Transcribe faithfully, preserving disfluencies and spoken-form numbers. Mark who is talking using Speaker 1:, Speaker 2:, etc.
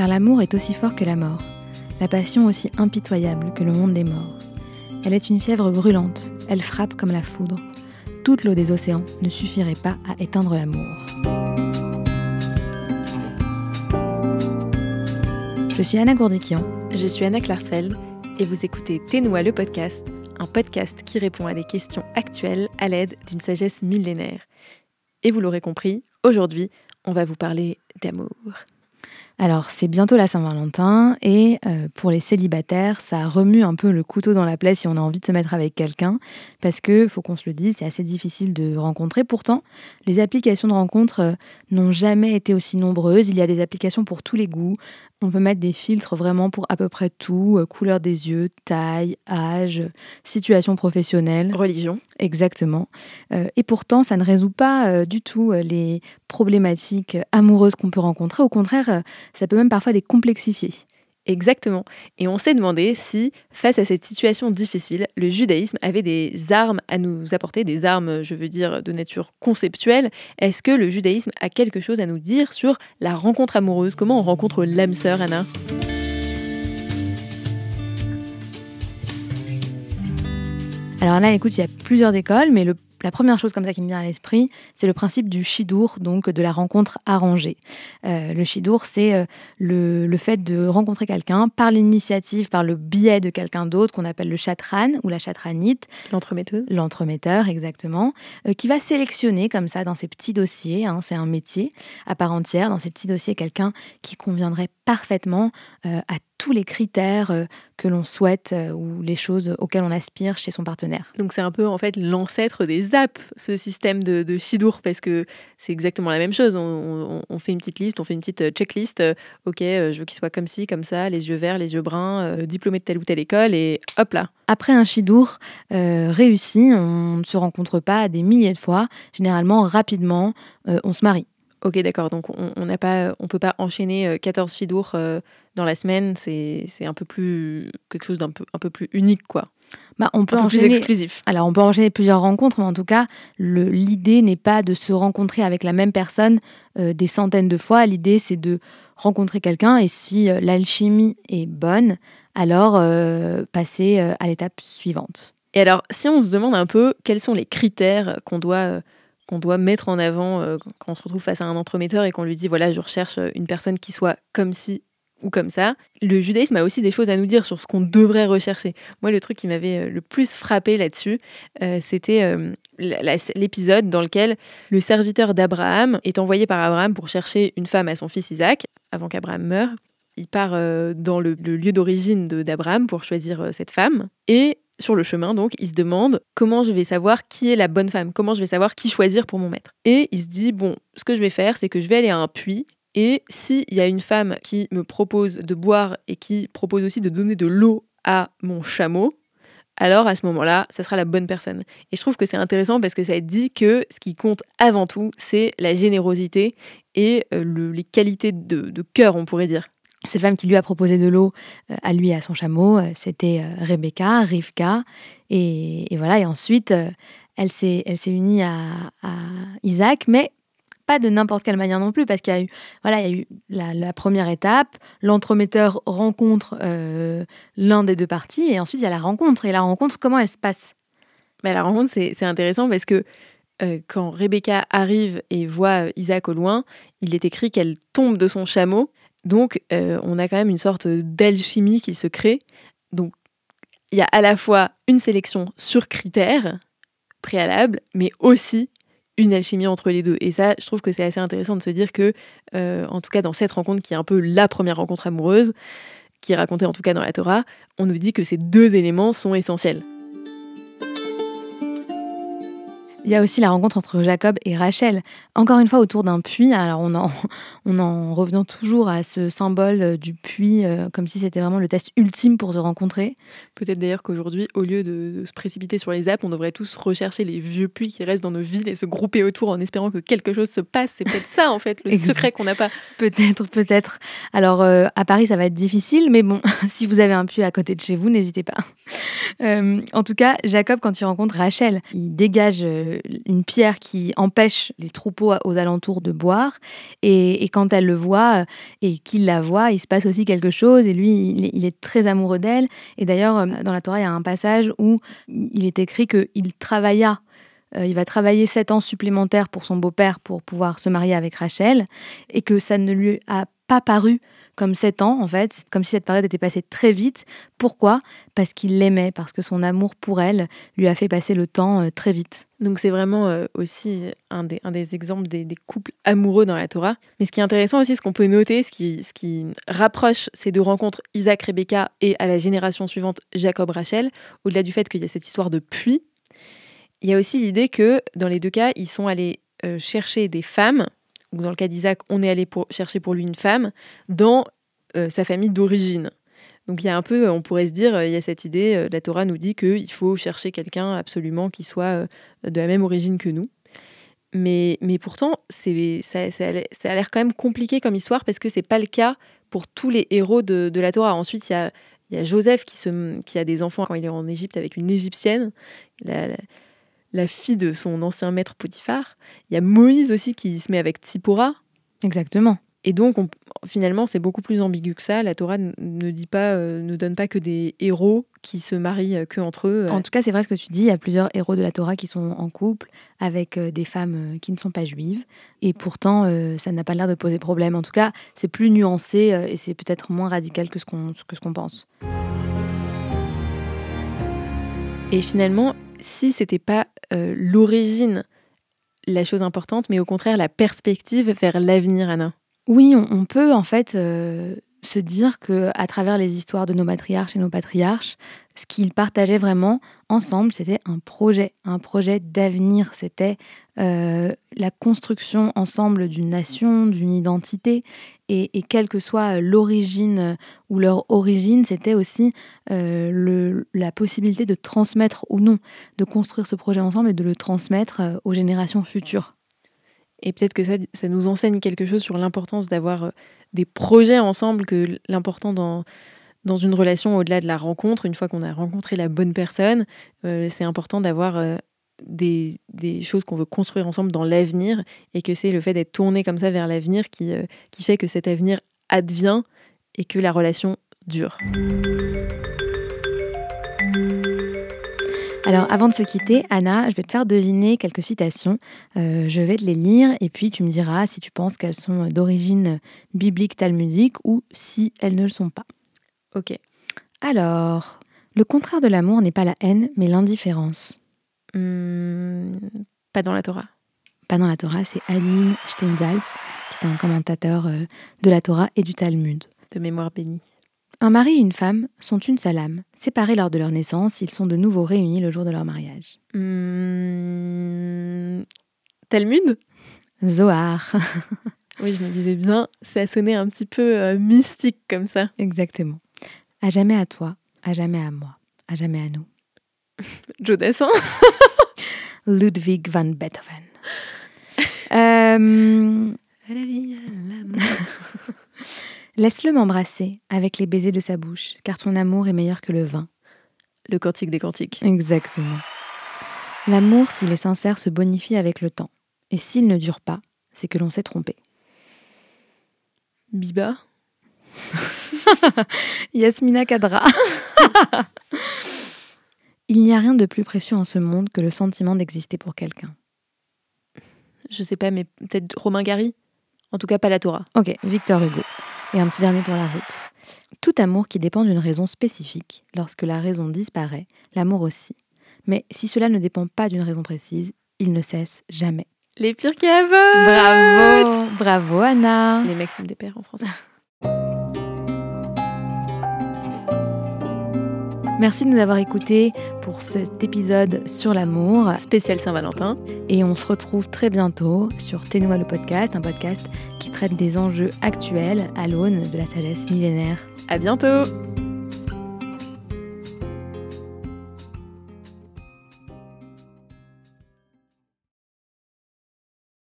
Speaker 1: Car l'amour est aussi fort que la mort, la passion aussi impitoyable que le monde des morts. Elle est une fièvre brûlante, elle frappe comme la foudre. Toute l'eau des océans ne suffirait pas à éteindre l'amour. Je suis Anna Gourdikian.
Speaker 2: Je suis Anna Klarsfeld et vous écoutez Ténois le podcast, un podcast qui répond à des questions actuelles à l'aide d'une sagesse millénaire. Et vous l'aurez compris, aujourd'hui, on va vous parler d'amour.
Speaker 1: Alors, c'est bientôt la Saint-Valentin et euh, pour les célibataires, ça remue un peu le couteau dans la plaie si on a envie de se mettre avec quelqu'un parce que, faut qu'on se le dise, c'est assez difficile de rencontrer. Pourtant, les applications de rencontres euh, n'ont jamais été aussi nombreuses. Il y a des applications pour tous les goûts. On peut mettre des filtres vraiment pour à peu près tout, euh, couleur des yeux, taille, âge, situation professionnelle.
Speaker 2: Religion.
Speaker 1: Exactement. Euh, et pourtant, ça ne résout pas euh, du tout euh, les problématiques amoureuses qu'on peut rencontrer. Au contraire, euh, ça peut même parfois les complexifier.
Speaker 2: Exactement. Et on s'est demandé si, face à cette situation difficile, le judaïsme avait des armes à nous apporter, des armes, je veux dire, de nature conceptuelle. Est-ce que le judaïsme a quelque chose à nous dire sur la rencontre amoureuse ? Comment on rencontre l'âme sœur, Anna ?
Speaker 1: Alors là, écoute, il y a plusieurs écoles, mais le La première chose comme ça qui me vient à l'esprit, c'est le principe du shidur, donc de la rencontre arrangée. Euh, le shidur, c'est euh, le, le fait de rencontrer quelqu'un par l'initiative, par le biais de quelqu'un d'autre qu'on appelle le chatran ou la chatranite.
Speaker 2: L'entremetteuse.
Speaker 1: L'entremetteur, exactement, euh, qui va sélectionner comme ça dans ses petits dossiers, hein, c'est un métier à part entière, dans ses petits dossiers, quelqu'un qui conviendrait parfaitement euh, à tous les critères euh, que l'on souhaite euh, ou les choses auxquelles on aspire chez son partenaire.
Speaker 2: Donc c'est un peu en fait l'ancêtre des apps, ce système de, de shidur, parce que c'est exactement la même chose. On, on, on fait une petite liste, on fait une petite checklist. Euh, ok, euh, je veux qu'il soit comme ci, comme ça, les yeux verts, les yeux bruns, euh, diplômé de telle ou telle école, et hop là.
Speaker 1: Après un shidur euh, réussi, on ne se rencontre pas des milliers de fois. Généralement, rapidement, euh, on se marie.
Speaker 2: Ok, d'accord. Donc, on on n'a pas, on peut pas enchaîner quatorze shidours euh, dans la semaine. C'est, c'est un peu plus quelque chose d'un peu, un peu plus unique, quoi.
Speaker 1: Bah, on peut
Speaker 2: un peu
Speaker 1: enchaîner.
Speaker 2: Plus exclusif.
Speaker 1: Alors, on peut enchaîner plusieurs rencontres, mais en tout cas, le, l'idée n'est pas de se rencontrer avec la même personne euh, des centaines de fois. L'idée, c'est de rencontrer quelqu'un et si euh, l'alchimie est bonne, alors euh, passer euh, à l'étape suivante.
Speaker 2: Et alors, si on se demande un peu quels sont les critères qu'on doit euh, qu'on doit mettre en avant euh, quand on se retrouve face à un entremetteur et qu'on lui dit voilà, je recherche une personne qui soit comme ci ou comme ça. Le judaïsme a aussi des choses à nous dire sur ce qu'on devrait rechercher. Moi, le truc qui m'avait le plus frappé là-dessus, euh, c'était euh, la, la, l'épisode dans lequel le serviteur d'Abraham est envoyé par Abraham pour chercher une femme à son fils Isaac, avant qu'Abraham meure. Il part euh, dans le, le lieu d'origine de, d'Abraham pour choisir euh, cette femme. Et sur le chemin, donc, il se demande comment je vais savoir qui est la bonne femme, comment je vais savoir qui choisir pour mon maître. Et il se dit, bon, ce que je vais faire, c'est que je vais aller à un puits. Et s'il y a une femme qui me propose de boire et qui propose aussi de donner de l'eau à mon chameau, alors à ce moment-là, ça sera la bonne personne. Et je trouve que c'est intéressant parce que ça dit que ce qui compte avant tout, c'est la générosité et euh, le, les qualités de, de cœur, on pourrait dire.
Speaker 1: Cette femme qui lui a proposé de l'eau euh, à lui et à son chameau, euh, c'était euh, Rebecca, Rivka. Et, et voilà, et ensuite, euh, elle, s'est, elle s'est unie à, à Isaac, mais pas de n'importe quelle manière non plus, parce qu'il y a eu, voilà, il y a eu la, la première étape, l'entremetteur rencontre euh, l'un des deux parties, et ensuite il y a la rencontre. Et la rencontre, comment elle se passe ?
Speaker 2: Mais la rencontre, c'est, c'est intéressant parce que euh, quand Rebecca arrive et voit Isaac au loin, il est écrit qu'elle tombe de son chameau. Donc, euh, on a quand même une sorte d'alchimie qui se crée. Donc, il y a à la fois une sélection sur critères préalables, mais aussi une alchimie entre les deux. Et ça, je trouve que c'est assez intéressant de se dire que, euh, en tout cas, dans cette rencontre, qui est un peu la première rencontre amoureuse, qui est racontée en tout cas dans la Torah, on nous dit que ces deux éléments sont essentiels.
Speaker 1: Il y a aussi la rencontre entre Jacob et Rachel, encore une fois autour d'un puits. Alors on en, on en revenant toujours à ce symbole du puits, euh, comme si c'était vraiment le test ultime pour se rencontrer.
Speaker 2: Peut-être d'ailleurs qu'aujourd'hui, au lieu de, de se précipiter sur les apps, on devrait tous rechercher les vieux puits qui restent dans nos villes et se grouper autour en espérant que quelque chose se passe. C'est peut-être ça en fait, le secret qu'on n'a pas.
Speaker 1: Peut-être, peut-être. Alors euh, à Paris, ça va être difficile, mais bon, si vous avez un puits à côté de chez vous, n'hésitez pas. Euh, en tout cas, Jacob, quand il rencontre Rachel, il dégage... Euh, euh, une pierre qui empêche les troupeaux aux alentours de boire. Et, et quand elle le voit euh, et qu'il la voit, il se passe aussi quelque chose. Et lui, il est, il est très amoureux d'elle. Et d'ailleurs, euh, dans la Torah, il y a un passage où il est écrit qu'il travailla. Euh, il va travailler sept ans supplémentaires pour son beau-père pour pouvoir se marier avec Rachel. Et que ça ne lui a pas paru comme sept ans, en fait, comme si cette période était passée très vite. Pourquoi ? Parce qu'il l'aimait, parce que son amour pour elle lui a fait passer le temps euh, très vite.
Speaker 2: Donc c'est vraiment euh, aussi un des, un des exemples des, des couples amoureux dans la Torah. Mais ce qui est intéressant aussi, ce qu'on peut noter, ce qui, ce qui rapproche ces deux rencontres, Isaac-Rebecca, et à la génération suivante, Jacob-Rachel, au-delà du fait qu'il y a cette histoire de puits, il y a aussi l'idée que dans les deux cas, ils sont allés euh, chercher des femmes, ou dans le cas d'Isaac, on est allé pour, chercher pour lui une femme, dans euh, sa famille d'origine. Donc il y a un peu, on pourrait se dire, il y a cette idée, euh, la Torah nous dit qu'il faut chercher quelqu'un absolument qui soit euh, de la même origine que nous. Mais, mais pourtant, c'est, ça, ça, a l'air, ça a l'air quand même compliqué comme histoire, parce que c'est pas le cas pour tous les héros de, de la Torah. Ensuite, il y a, il y a Joseph qui, se, qui a des enfants quand il est en Égypte avec une Égyptienne. La, la, la fille de son ancien maître Potiphar. Il y a Moïse aussi qui se met avec Tsipora.
Speaker 1: Exactement.
Speaker 2: Et donc, on, finalement, c'est beaucoup plus ambigu que ça. La Torah n- ne dit pas, euh, ne donne pas que des héros qui se marient euh, que entre eux.
Speaker 1: En tout cas, c'est vrai ce que tu dis. Il y a plusieurs héros de la Torah qui sont en couple avec euh, des femmes euh, qui ne sont pas juives. Et pourtant, euh, ça n'a pas l'air de poser problème. En tout cas, c'est plus nuancé euh, et c'est peut-être moins radical que ce qu'on, que ce qu'on pense.
Speaker 2: Et finalement, si c'était pas euh, l'origine la chose importante, mais au contraire la perspective vers l'avenir, Anna.
Speaker 1: Oui, on, on peut en fait euh, se dire qu'à travers les histoires de nos matriarches et nos patriarches, ce qu'ils partageaient vraiment ensemble, c'était un projet, un projet d'avenir. C'était euh, la construction ensemble d'une nation, d'une identité. Et, et quelle que soit l'origine ou leur origine, c'était aussi euh, le, la possibilité de transmettre ou non, de construire ce projet ensemble et de le transmettre euh, aux générations futures.
Speaker 2: Et peut-être que ça, ça nous enseigne quelque chose sur l'importance d'avoir euh, des projets ensemble, que l'important dans, dans une relation, au-delà de la rencontre, une fois qu'on a rencontré la bonne personne, euh, c'est important d'avoir euh, des, des choses qu'on veut construire ensemble dans l'avenir, et que c'est le fait d'être tourné comme ça vers l'avenir qui, euh, qui fait que cet avenir advient et que la relation dure.
Speaker 1: Alors, avant de se quitter, Anna, je vais te faire deviner quelques citations. Euh, je vais te les lire et puis tu me diras si tu penses qu'elles sont d'origine biblique, talmudique ou si elles ne le sont pas.
Speaker 2: Ok.
Speaker 1: Alors, le contraire de l'amour n'est pas la haine, mais l'indifférence.
Speaker 2: Hum, pas dans la Torah.
Speaker 1: Pas dans la Torah, c'est Aline Steinsaltz, qui est un commentateur euh, de la Torah et du Talmud.
Speaker 2: De mémoire bénie.
Speaker 1: Un mari et une femme sont une seule âme. Séparés lors de leur naissance, ils sont de nouveau réunis le jour de leur mariage.
Speaker 2: Hum, Talmud ?
Speaker 1: Zohar.
Speaker 2: Oui, je me disais bien, ça sonnait un petit peu euh, mystique comme ça.
Speaker 1: Exactement. À jamais à toi, à jamais à moi, à jamais à nous.
Speaker 2: Jodassin.
Speaker 1: Ludwig van Beethoven. euh...
Speaker 2: À la vie, à la mort.
Speaker 1: Laisse-le m'embrasser avec les baisers de sa bouche, car ton amour est meilleur que le vin.
Speaker 2: Le cantique des cantiques.
Speaker 1: Exactement. L'amour, s'il est sincère, se bonifie avec le temps. Et s'il ne dure pas, c'est que l'on s'est trompé.
Speaker 2: Biba.
Speaker 1: Yasmina Kadra. Il n'y a rien de plus précieux en ce monde que le sentiment d'exister pour quelqu'un.
Speaker 2: Je sais pas, mais peut-être Romain Gary. En tout cas, pas la Torah.
Speaker 1: Ok, Victor Hugo. Et un petit dernier pour la route. Tout amour qui dépend d'une raison spécifique, lorsque la raison disparaît, l'amour aussi. Mais si cela ne dépend pas d'une raison précise, il ne cesse jamais.
Speaker 2: Les pires cavotes.
Speaker 1: Bravo, bravo Anna.
Speaker 2: Les maximes des pères en français.
Speaker 1: Merci de nous avoir écoutés pour cet épisode sur l'amour.
Speaker 2: Spécial Saint-Valentin.
Speaker 1: Et on se retrouve très bientôt sur Ténois le podcast, un podcast qui traite des enjeux actuels à l'aune de la sagesse millénaire.
Speaker 2: À bientôt.